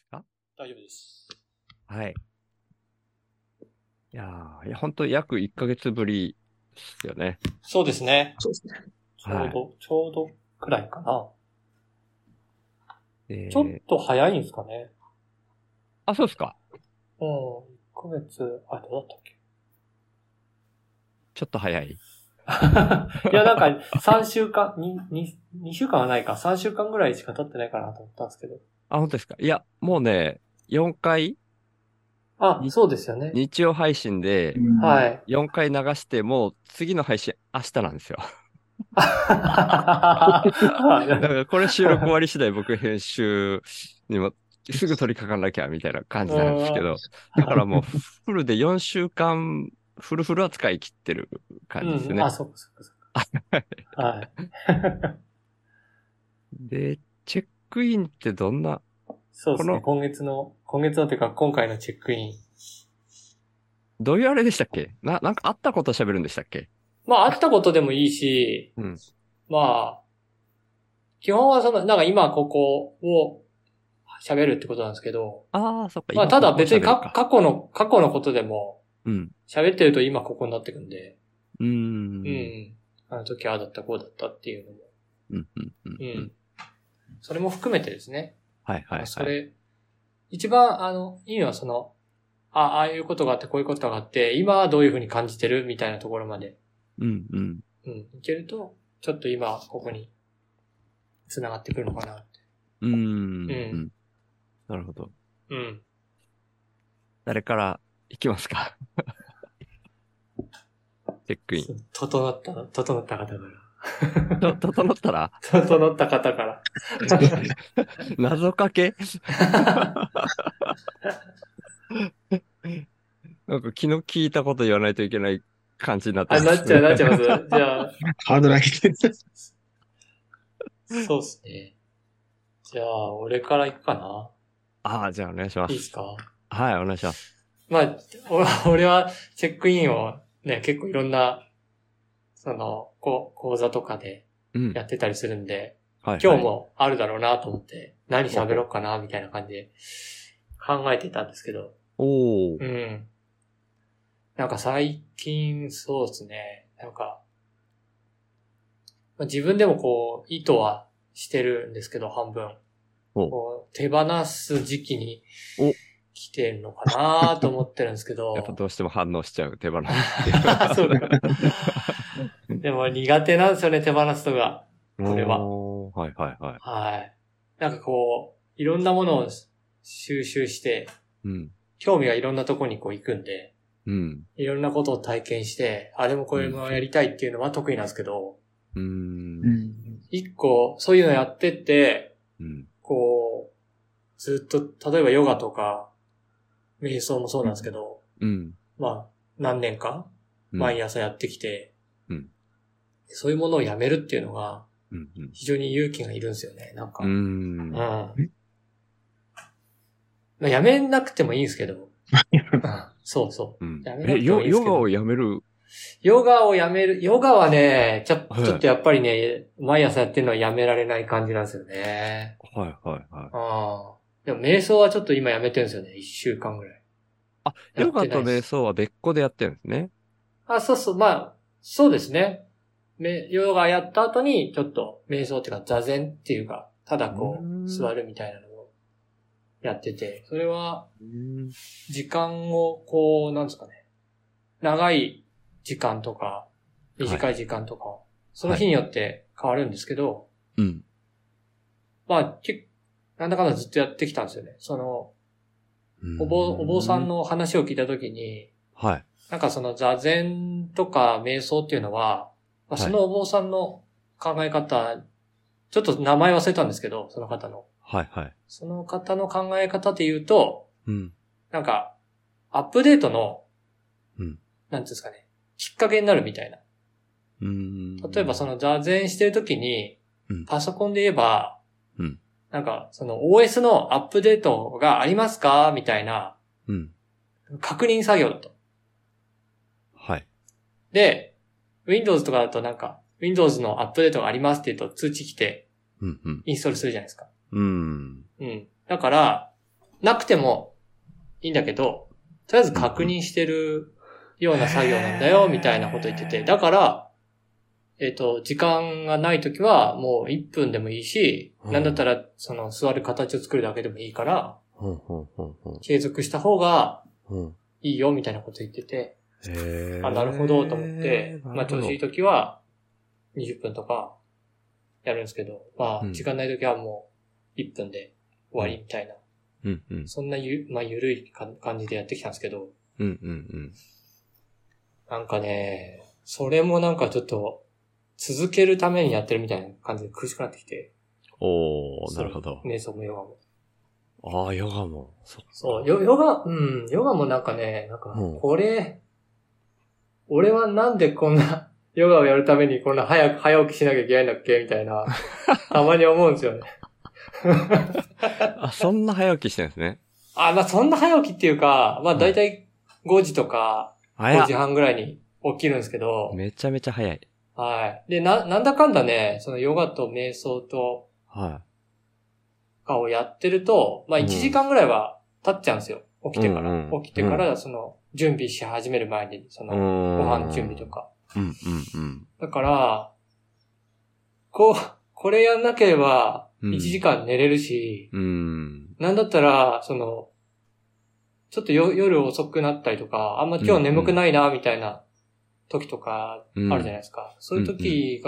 か？ 大丈夫です。 はい。いや、本当約1ヶ月ぶりですよね。 そうですね。 そうですね。 はい。 ちょうどくらいかな。ちょっえと早いんですかね。 そうですか。 うん。1ヶ月、どうだったっけ。 ちょっと早い。 いや、なんか、3週間、2週間はないか、3週間ぐらいしか経ってないかなと思ったんですけど。 本当ですか。いや、もうね、4回、 あ、 にそうですよね。 日曜配信ではい。 4回流して、もう次の配信明日なんですよ。だからこれ収録終わり次第僕編集にもすぐ取り掛かんなきゃみたいな感うじなんですけん。 ど、だからもうフルで4週間フルフル扱い切ってる感じですうん。あ、 ね。 そっかそっかそっか。はい。 で、チェックインってどんな、 そうですね。 この、 今月のっていうか、今回のチェックイン。 どういうあれでしたっけ？なんかあったこと喋るんでしたっけ？ まあ、会ったことでもいいし、 うん。 まあ、基本はなんか今ここを喋るってことなんですけど、 そっか、 まあ、 今ここをただ別に喋るか。 過去のことでも、 うん。 喋ってると今ここになってくんで、 うーうん。 ん。あの時ああだったこうだったっていうのも、 うん、うん、うん、うん。 うん。それも含めてですね。 はい、 なんはい、はい。 か一番いいのはああいうことがあってこういうことがあって、今はどういうふうに感じてるみたいなところまで、 うん、うん。 うん、いけると、ちょっと今ここに繋がってくるのかなって。 うーん、 うん。 うん。なるほど。 うん。 誰から行きますか？チェックイン。 整った方から。 整ったら整った方から。 謎かけなんか昨日聞いたこと言わないといけない感じになってあ、 ますね。 なっちゃいます。じゃあ、 ハードル上げてる。 そうっすね。じゃあ、俺から行くかな。 じゃあお願いします。 いいっすか？ はい、お願いします。 まあ、俺はチェックインをね、結構いろんな、講座とかでうん。 やってたりするんで、 はい、はい。 今日もあるだろうなと思って、何ほうほう。 喋ろうかな、みたいな感じで考えてたんですけど、 おー。 うん。なんか最近、そうですね。なんか、まあ、自分でもこう、意図はしてるんですけど、半分。 お、 こう、手放す時期にお、 来てるのかなと思ってるんですけやっぱど、 どうしても反応しちゃう、手放すっていうのそうか。 は。 でも苦手なんですよね、手放すのが。これは。 おー、はい、はい、はい。 はい。なんかこう、いろんなものを収集して、 うん、 興味がいろんなとこにこう行くんで、 うん、 いろんなことを体験して、あれもこうん、 れもやりたいっていうのは得意なんですけど、 うーん、 一個、そういうのやってって、 うん、 こう、ずっと、例えばヨガとか、瞑想もそうなんですけど、 うん、 まあ、何年か、 うん、 毎朝やってきて、 うん、 そういうものをやめるっていうのが、 うん、 非常に勇気がいるんですよね、なんうか。 ん。 うん。まあ、やめなくてもいいんですけど、うん、そうそう。 うん。 やめなくてもいいんですけど。 ヨガをやめる。 ヨガをやめる、ヨガはね、ちょっはい、 とやっぱりね、毎朝やってるのはやめられない感じなんですよね。 はい、はい、はい。 ああ。でも瞑想はちょっと今やめてるんですよね。一週間ぐらい。やっヨガとてないです。 瞑想は別個でやってるんですね。 あ、そうそう、まあ、そうですね。ヨガやった後に、ちょっと瞑想っていうか座禅っていうか、ただうーこう、 ん。 座るみたいなのをやってて、それは、 うーん。 時間をこう、なんですかね。長い時間とか、 はい。 短い時間とか、そのはい。 日によって変わるんですけど、 うん。 まあ、なんだかんだずっとやってきたんですよね。 うーお坊さんん。 の話を聞いたときに、 はい。 なんかその座禅とか瞑想っていうのは、まあ、 はい。 そのお坊さんの考え方、ちょっと名前忘れたんですけど、その方の。 はい。はい。 その方の考え方で言うと、 うん。 なんか、アップデートの、 うん。 なんていうんですかね、きっかけになるみたいな。 うーん。 例えばその座禅してるときに、 うん。 パソコンで言えば、 うん。 なんか、その OS のアップデートがありますかみたいな、 うん。 確認作業だと。 はい。 で、Windows とかだとなんか、Windows のアップデートがありますって言うと通知来て、 うん。うん。 インストールするじゃないですか。 うーん。 うん。だから、 なくてもいいんだけど、とりあえず確認してるような作業なんだよ、みたいなこと言ってて。だから、時間がないときはもう1分でもいいし、なんだったらその座る形を作るだけでもいいから、継続した方がいいよ、みたいなこと言ってて。なるほど、と思って、まあ調子いいときは20分とかやるんですけど、まあ時間ないときはもう1分で終わりみたいな。そんなまあ緩い感じでやってきたんですけど、なんかね、それもなんかちょっと続けるためにやってるみたいな感じで苦しくなってきて。 なるほど。 瞑想もヨガも。 ヨガも。 そう、ヨガもなんかね、なんか、俺はなんでこんなヨガをやるためにこんな早起きしなきゃいけないんだっけみたいな、たまに思うんですよね。 そんな早起きしてるんですね。 まあそんな早起きっていうか、まあだいたい5時とか5時半ぐらいに起きるんですけど。 めちゃめちゃ早い。 はい。で、なんだかんだね、そのヨガと瞑想と、をやってると、まあ1時間ぐらいは経っちゃうんですよ。起きてから。起きてから、その、準備し始める前に、その、ご飯の準備とか。だから、これやんなければ、1時間寝れるし、なんだったら、その、ちょっと夜遅くなったりとか、あんま今日眠くないな、みたいな時とか、あるじゃないですか。そういう時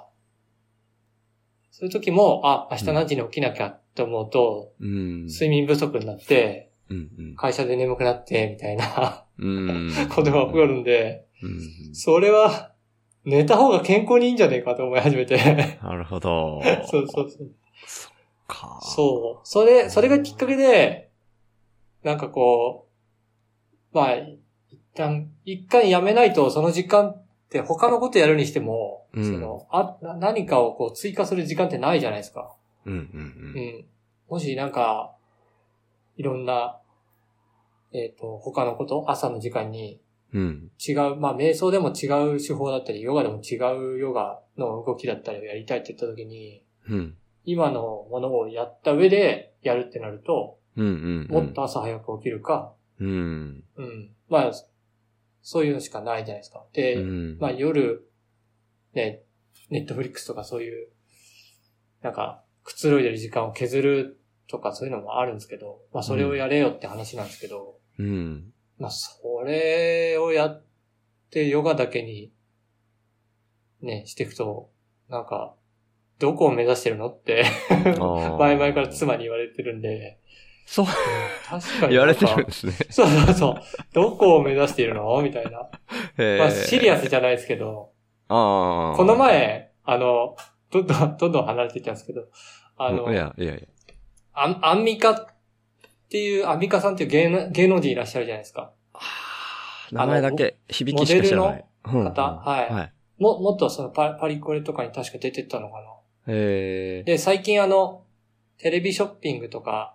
も、明日何時に起きなきゃって思うと、睡眠不足になって、会社で眠くなって、みたいなことが起こるんで、それは、寝た方が健康にいいんじゃねえかと思い始めて。 なるほど。 そう。 そっか。 そう。それがきっかけで、なんかこう、まあ、一回やめないとその時間って他のことやるにしても、何かをこう追加する時間ってないじゃないですか。もしなんか、いろんな、他のこと、朝の時間に、違う、まあ瞑想でも違う手法だったり、ヨガでも違うヨガの動きだったりをやりたいって言った時に、今のものをやった上でやるってなると、もっと朝早く起きるか、まあ、そういうのしかないじゃないですか。で、まあ夜、ね、ネットフリックスとかそういう、なんか、くつろいでる時間を削るとかそういうのもあるんですけど、まあそれをやれよって話なんですけど、まあそれをやってヨガだけに、ね、していくと、なんか、どこを目指してるのって前々から妻に言われてるんで、 そう。 確かに。 言われてるんですね。 そう。どこを目指しているのみたいな。まあ、シリアスじゃないですけど。この前、どんどん離れていったんですけど、 いや。 アンミカっていう、アンミカさんっていう芸能人いらっしゃるじゃないですか。 名前だけ響きしか知らない。 モデルの方、はい。もっとそのパリコレとかに確か出てったのかな。で、最近テレビショッピングとか、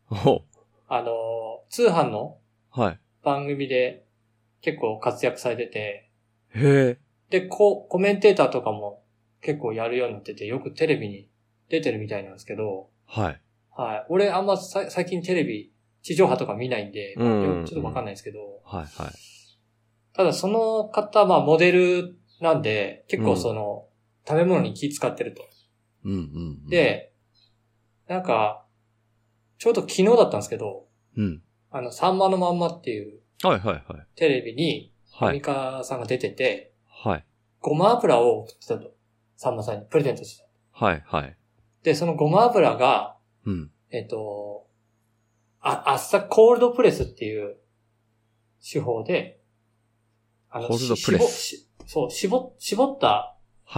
通販の番組で結構活躍されてて、で、コメンテーターとかも結構やるようになってて、よくテレビに出てるみたいなんですけど、俺あんま最近テレビ、地上波とか見ないんで、ちょっとわかんないですけど、ただその方、まあモデルなんで、結構その、食べ物に気使ってると。で、なんか、ちょうど昨日だったんですけど、さんまのまんまっていう、テレビに、アミカさんが出てて、ごま油を送ってたと。さんまさんにプレゼントしてた。で、そのごま油が、コールドプレスっていう手法で、 コールドプレス。 絞った、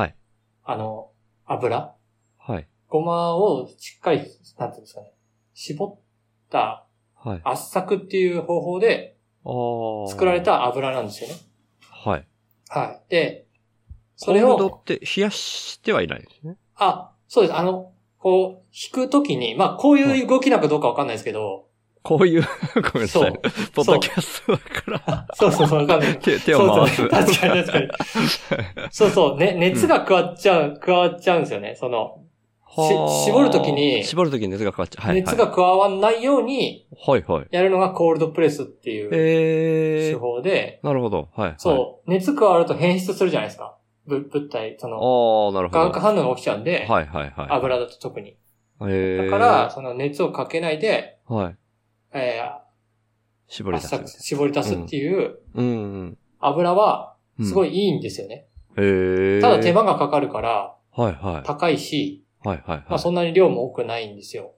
油。ごまをしっかり、なんていうんですかね。絞った圧搾っていう方法で作られた油なんですよね。で、それを。 コールドって冷やしてはいないですね。 そうです。こう、引くときに、まあ、こういう動きなんかどうかわかんないですけど。 こういう、ごめんなさい。ポッドキャストだから。 そう、わかんない。 手を回す。 確かに。熱が加わっちゃうんですよね。 絞るときに、 絞るときに熱がかかっちゃう。はい、 熱が加わんないように、 はいはい。 やるのがコールドプレスっていう手法で、 なるほど。はい、はい。 そう、熱加わると変質するじゃないですか。物体、なるほど。化学反応が起きちゃうんで、 はいはいはい。 油だと特に。だから、その熱をかけないで、 はい。 絞り出すっていう、油は、すごいいいんですよね。ただ手間がかかるから、 はいはい。 高いし、 はいはいはい。 まあそんなに量も多くないんですよ。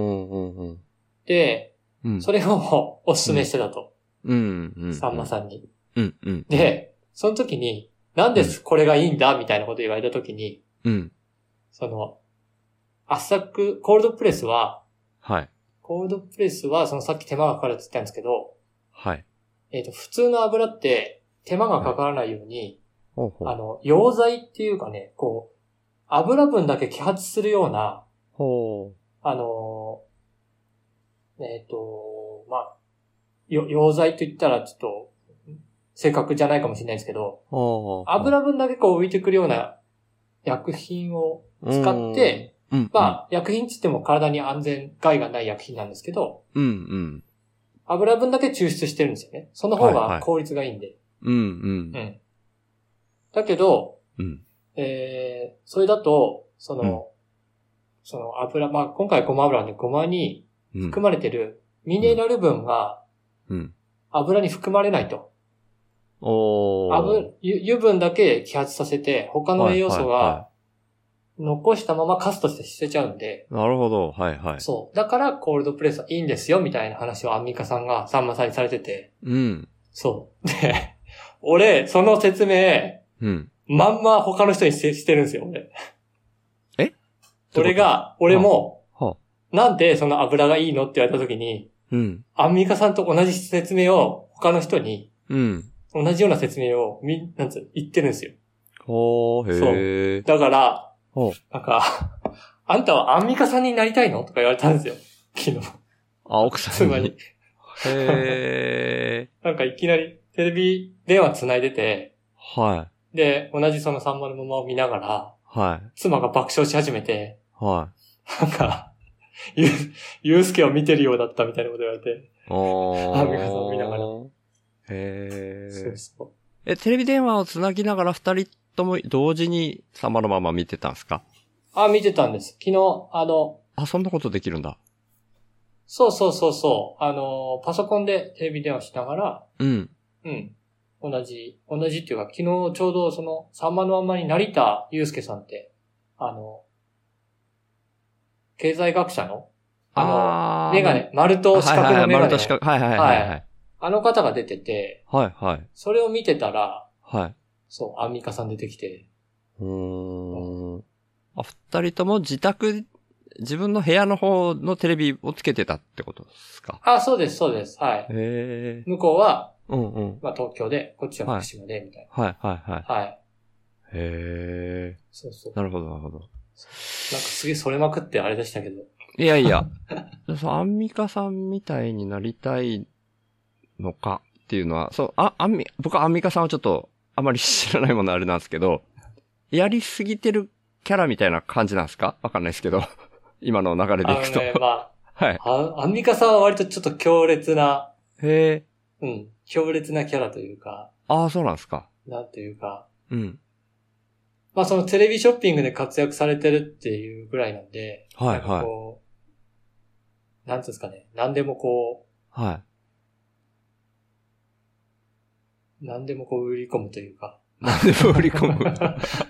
で、それをお勧めしてたと。さんまさんに。で、その時に、なんでこれがいいんだみたいなこと言われた時に、その、コールドプレスは、はい。コールドプレスは、そのさっき手間がかかるって言ったんですけど、はい。普通の油って手間がかからないように、溶剤っていうかね、こう、油分だけ揮発するような、まあ、溶剤と言ったらちょっと、正確じゃないかもしれないですけど、油分だけこう浮いてくるような薬品を使って、まあ、薬品って言っても体に安全害がない薬品なんですけど、油分だけ抽出してるんですよね。その方が効率がいいんで。だけど、それだと、その油、まあ、今回ごま油でごまに含まれてるミネラル分が油に含まれないと。油分だけ揮発させて、他の栄養素が残したままカスとして捨てちゃうんで。 なるほど。はいはい。 そう。だからコールドプレスはいいんですよ、みたいな話をアンミカさんがさんまさんにされてて。そう。で、俺、その説明、まんま他の人にしてるんですよ、俺。俺も、なんでその油がいいのって言われた時に、アンミカさんと同じ説明を他の人に、同じような説明を言ってるんですよ。そう。だから、なんか、あんたはアンミカさんになりたいのとか言われたんですよ。昨日。 奥さんに。妻に。 なんかいきなりテレビ電話繋いでて、はい。で、同じそのサンマのままを見ながら、はい。妻が爆笑し始めて、はい。なんか、ゆうすけを見てるようだったみたいなこと言われて、アンミカさんを見ながら。そうそう。 テレビ電話を繋ぎながら二人とも同時にサンマのまま見てたんですか？ 見てたんです。昨日、 そんなことできるんだ。 そう。パソコンでテレビ電話しながら、同じっていうか、昨日ちょうどその、サンマのままに成田祐介さんって、経済学者の、メガネ、丸と四角のメガネ。丸と四角、はい。あの方が出てて、それを見てたら、そう、アンミカさん出てきて。 二人とも自分の部屋の方のテレビをつけてたってことですか？ そうです。はい。向こうは、まあ東京で、こっちは福島で、みたいな。はい。そう。 なるほど。なんかすげえそれまくってあれでしたけど。 いや。アンミカさんみたいになりたいのかっていうのは、僕はアンミカさんはちょっと、あまり知らないものあれなんですけど、やりすぎてるキャラみたいな感じなんですか？わかんないですけど。今の流れでいくと。 はい。アンミカさんは割とちょっと強烈な、強烈なキャラというか。 そうなんですか。 なんていうか。まあそのテレビショッピングで活躍されてるっていうぐらいなんで、なんていうんですかね。何でも売り込むというか。 何でも売り込む。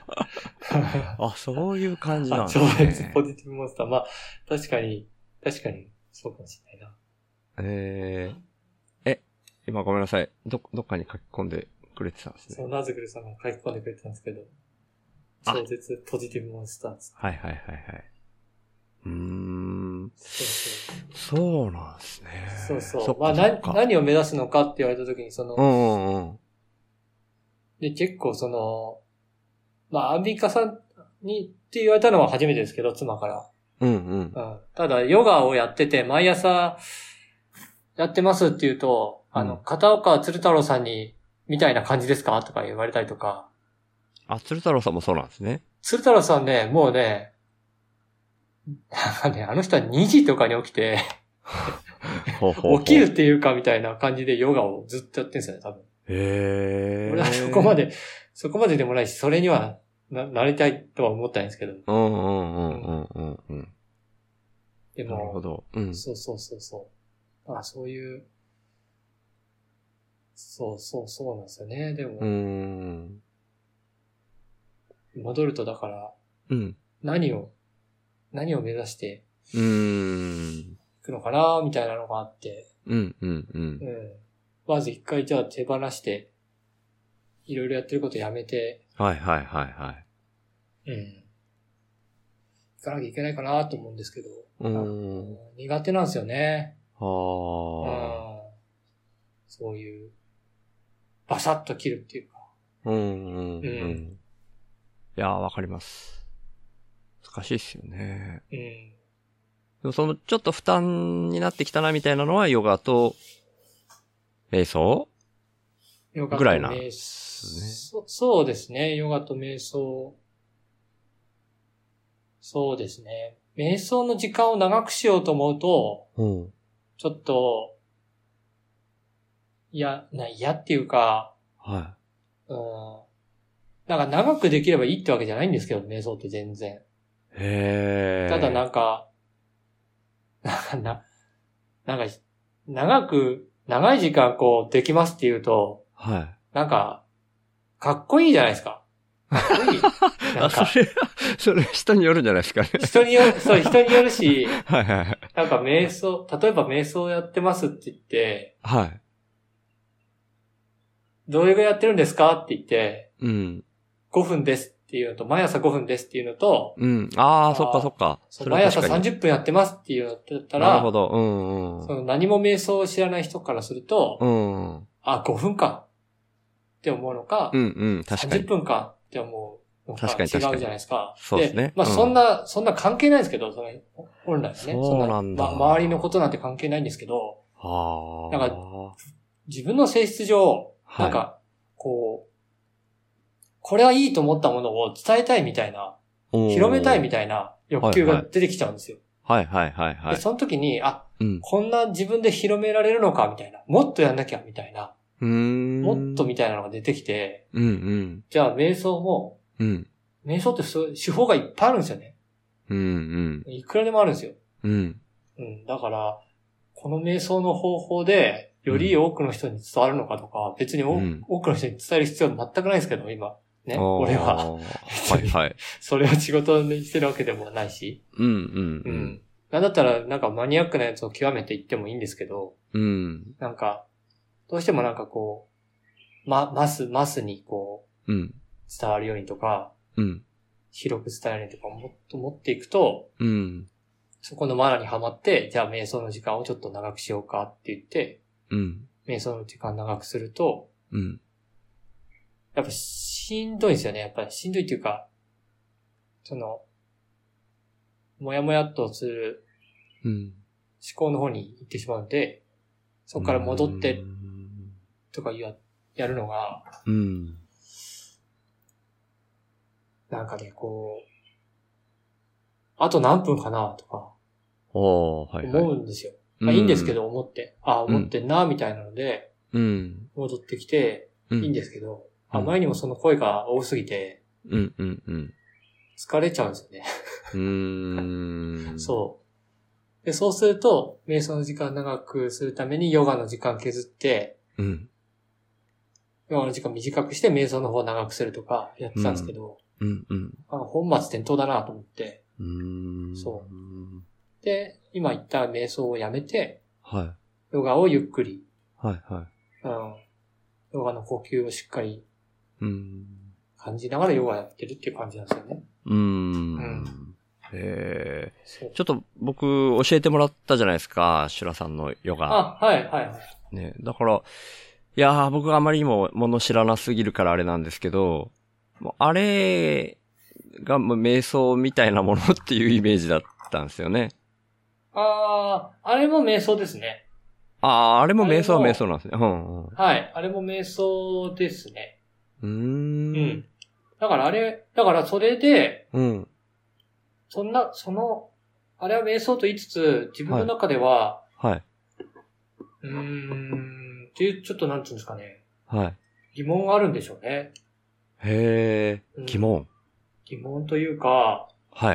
そういう感じなんですね。 超絶ポジティブモンスター。まあ、確かに、そうかもしれないな。今ごめんなさい。どっかに書き込んでくれてたんですね。 そう、ナズグルさんが書き込んでくれてたんですけど、超絶ポジティブモンスターです。 はい。そうなんですね。 そう。まあ、何を目指すのかって言われたときに、で、結構まあ、アンミカさんにって言われたのは初めてですけど、妻から。ただ、ヨガをやってて、毎朝やってますって言うと、片岡鶴太郎さんみたいな感じですかとか言われたりとか。 鶴太郎さんもそうなんですね。 鶴太郎さんね、もうね、 なんかね、あの人は2時とかに起きて、 ほうほうほう起きるっていうかみたいな感じでヨガをずっとやってるんですよね、多分。 へー。 俺はそこまででもないし、それにはなりたいとは思ったんですけど。 うんうんうんうんうんうん。 でなるほも、 ど。うん。 そう。そういう、そうなんですよね。でも、戻るとだから、 うん。 何を目指してうん。 いくのかな、みたいなのがあって、 うん。 まず一回じゃあ手放して、いろいろやってることやめて、 はいはいはいはい。 行かなきゃいけないかなと思うんですけど、苦手なんですよね。そういう、バサッと切るっていうか。 いやー、わかります。難しいっすよね。 うん。 でもその、ちょっと負担になってきたなみたいなのは、ヨガと、瞑想ヨガとぐらいなん瞑です想、そうですね。ヨガと瞑想。そうですね。瞑想の時間を長くしようと思うと、ちょっと、嫌っていうか、 はい。 なんか長くできればいいってわけじゃないんですけど、瞑想って全然。 へー。 ただなんか、長い時間こうできますって言うと、 はい。 なんか、かっこいいじゃないですか。かっこいい。なんか、 それ人によるんじゃないですかね。 人によるし、 はいはいはい。 なんか例えば瞑想やってますって言って、 はい。 どれぐらいやってるんですかって言って、 うん。 5分ですっていうのと、毎朝5分ですっていうのと、 うん。ああ、そっかそっか。 そう毎朝確かに 30分やってますっていうのだったら、 なるほど。うんうん。 その何も瞑想を知らない人からすると、5分かって思うのか、 うんうん、確かに。 30分かって思うのか違うじゃないですか。 そうですね。 そんな関係ないですけど、本来はね。 そうなんだ。 周りのことなんて関係ないんですけど、なんか、自分の性質上、なんか、これはいいと思ったものを伝えたいみたいな、広めたいみたいな欲求が出てきちゃうんですよ。で、その時に、こんな自分で広められるのかみたいな、もっとやんなきゃみたいな、もっとみたいなのが出てきて、じゃあ瞑想も、瞑想って手法がいっぱいあるんですよね。いくらでもあるんですよ。だから、この瞑想の方法で、より多くの人に伝わるのかとか、別に多くの人に伝える必要は全くないですけど、今。ね、俺は。それを仕事にしてるわけでもないし。なんだったら、なんかマニアックなやつを極めていってもいいんですけど、なんか、どうしてもなんかこう、マスにこう、伝わるようにとか、広く伝えるようにとかもっと持っていくと、そこのマナにはまって、じゃあ瞑想の時間をちょっと長くしようかって言って、瞑想の時間長くすると、やっぱしんどいですよね。やっぱりしんどいっていうか、もやもやっとする思考の方に行ってしまうので、そこから戻ってとかやるのが、なんかね、こう、あと何分かなとか、思うんですよ。まあいいんですけど、思ってんな、みたいなので、戻ってきて、いいんですけど、前にもその声が多すぎて、疲れちゃうんですよね。そう。で、そうすると、瞑想の時間長くするためにヨガの時間削って、ヨガの時間短くして瞑想の方を長くするとかやってたんですけど、本末転倒だなと思って、そう。で、今言った瞑想をやめて、ヨガをゆっくり、ヨガの呼吸をしっかり感じながらヨガやってるっていう感じなんですよね。 ちょっと僕教えてもらったじゃないですか、シュラさんのヨガ。ね、だから、いやー僕があまりにも物知らなすぎるからあれなんですけど、あれが瞑想みたいなものっていうイメージだったんですよね。 あれも瞑想ですね。 あれも瞑想は瞑想なんですね。 はい。あれも瞑想ですね。だからそれで、そのあれは瞑想と言いつつ、自分の中では、 はい。 っていう、ちょっとなんていうんですかね。 はい。 疑問があるんでしょうね。 へえ、疑問。 疑問というか、 はい。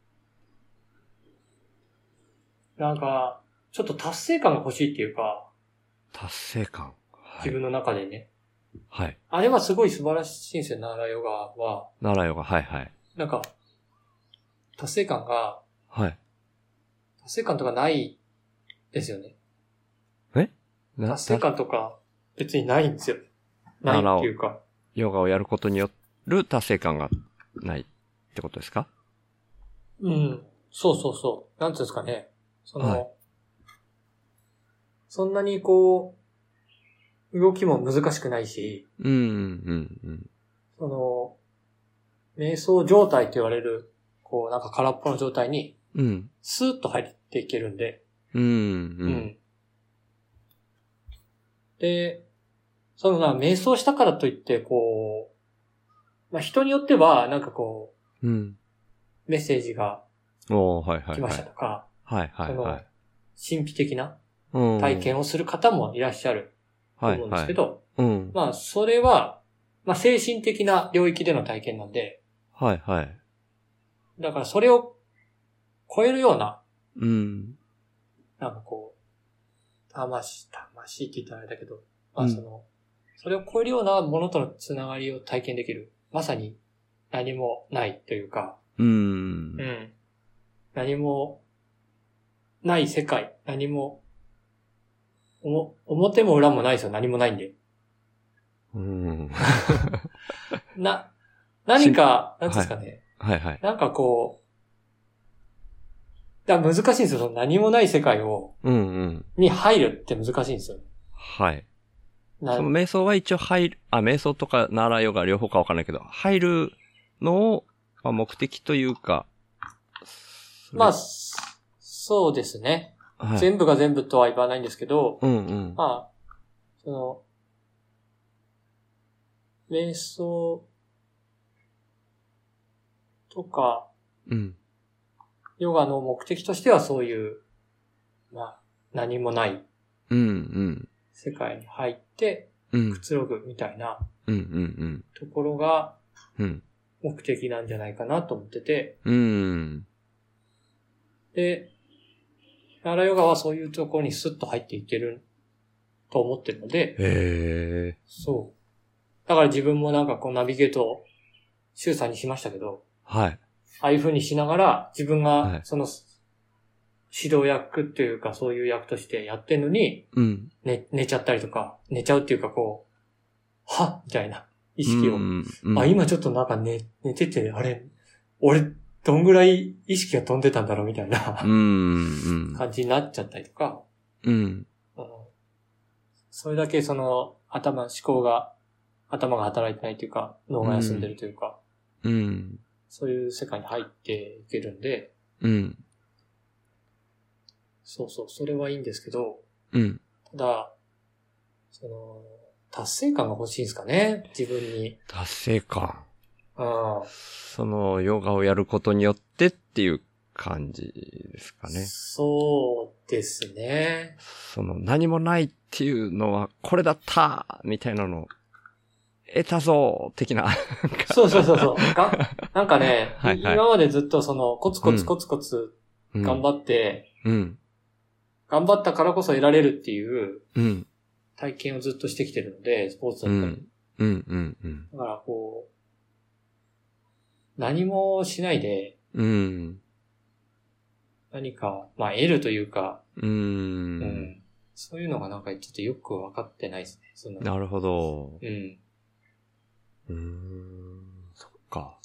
なんか、ちょっと達成感が欲しいっていうか、 達成感。はい、 自分の中でね。 はい。 あれはすごい素晴らしいんですよ、ナーラヨガは。 奈良ヨガ、はいはい。 なんか、達成感が、 はい。 達成感とかないですよね。 え達成感とか別にないんですよ。ないっていうか。 ヨガをやることによる達成感がないってことですか？ うん。そうそうそう。なんていうんですかね。 はい、 そんなにこう、動きも難しくないし、瞑想状態と言われる、こう、なんか空っぽの状態に、スーッと入っていけるんで、で、瞑想したからといって、こう、人によっては、なんかこう、メッセージが来ましたとか、神秘的な体験をする方もいらっしゃると思うんですけど、それは、精神的な領域での体験なんで、だからそれを超えるような、なんかこう、魂って言ったらあれだけど、それを超えるようなものとのつながりを体験できる。まさに何もないというか、何もない世界、何も、表も裏もないですよ。何もないんで。何か、なんですかね。なんかこう、難しいんですよ。その何もない世界に入るって難しいんですよ。 はい。その瞑想は一応瞑想とかナーラヨガ両方かわかんないけど、入るのを、目的というか。 そうですね。全部が全部とは言わないんですけど、瞑想とか、ヨガの目的としてはそういう、何もない世界に入ってくつろぐみたいなところが目的なんじゃないかなと思ってて、で、ナーラヨガはそういうところにスッと入っていけると思ってるので、そう。だから自分もなんかこうナビゲートを周さんにしましたけど、ああいう風にしながら自分がその指導役っていうかそういう役としてやってんのに、寝ちゃったりとか、寝ちゃうっていうかこう、はみたいな意識を、今ちょっとなんか寝てて、あれ、俺どんぐらい意識が飛んでたんだろうみたいな感じになっちゃったりとか、それだけ思考が、頭が働いてないというか、脳が休んでるというか、そういう世界に入っていけるんで、そうそう、それはいいんですけど、ただ、達成感が欲しいんですかね、自分に。 達成感。その、ヨガをやることによってっていう感じですかね。 そうですね。 何もないっていうのは、これだったみたいなのを、得たぞ的な。 そう。なんかね、今までずっとコツコツ頑張って、頑張ったからこそ得られるっていう体験をずっとしてきてるので、スポーツだったり。だからこう、何もしないで、何か、得るというか、そういうのがなんかちょっとよくわかってないですね。 なるほど。そっか。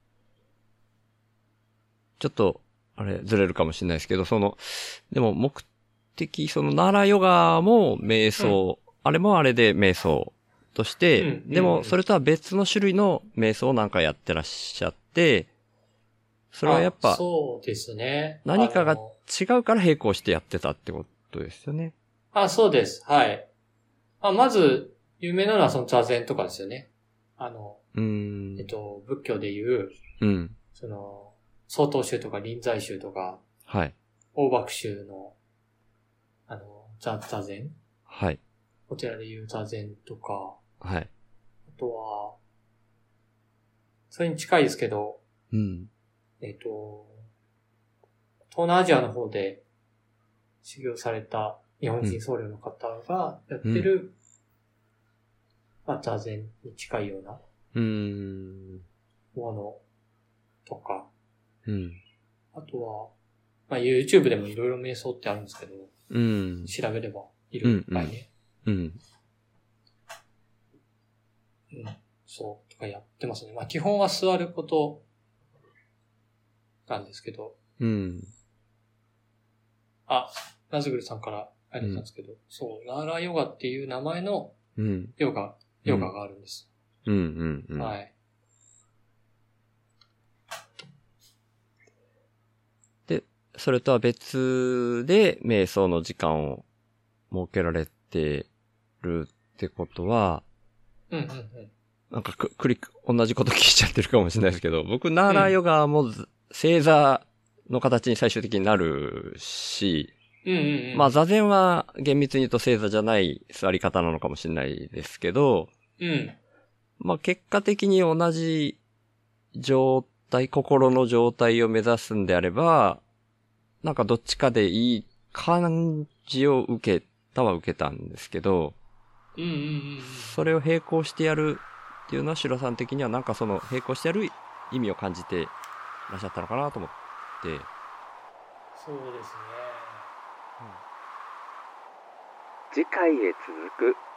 ちょっと、ずれるかもしれないですけど、でも目的、ナーラヨガも瞑想、あれもあれで瞑想として、でもそれとは別の種類の瞑想をなんかやってらっしゃって、それはやっぱ、 そうですね。 何かが違うから並行してやってたってことですよね。 そうです。はい。まず、有名なのは座禅とかですよね。仏教でいう、曹洞宗とか臨済宗とか、 はい。 大爆宗の、座禅。 はい。 こちらで言う座禅とか、 はい。 あとは、それに近いですけど、 うん。 東南アジアの方で修行された日本人僧侶の方がやってる、まあ、座禅に近いようなものとか、 うん。 あとは、まあ、YouTube でもいろいろ瞑想ってあるんですけど、 うん。 調べればいるいっぱいね。 うん。 そう、とかやってますね。まあ、基本は座ることなんですけど、 うん。 ナズグルさんからあれなんですけど、そう、ナーラヨガっていう名前のヨガがあるんです。はい。 で、それとは別で瞑想の時間を設けられてるってことは、なんか同じこと聞いちゃってるかもしれないですけど、僕、ナーラヨガも正座の形に最終的になるし、まあ座禅は厳密に言うと正座じゃない座り方なのかもしれないですけど、まあ結果的に同じ状態、心の状態を目指すんであれば、なんかどっちかでいい感じを受けたんですけど、それを並行してやるっていうのはシロさん的にはなんかその並行してやる意味を感じていらっしゃったのかなと思って。 そうですね。 次回へ続く。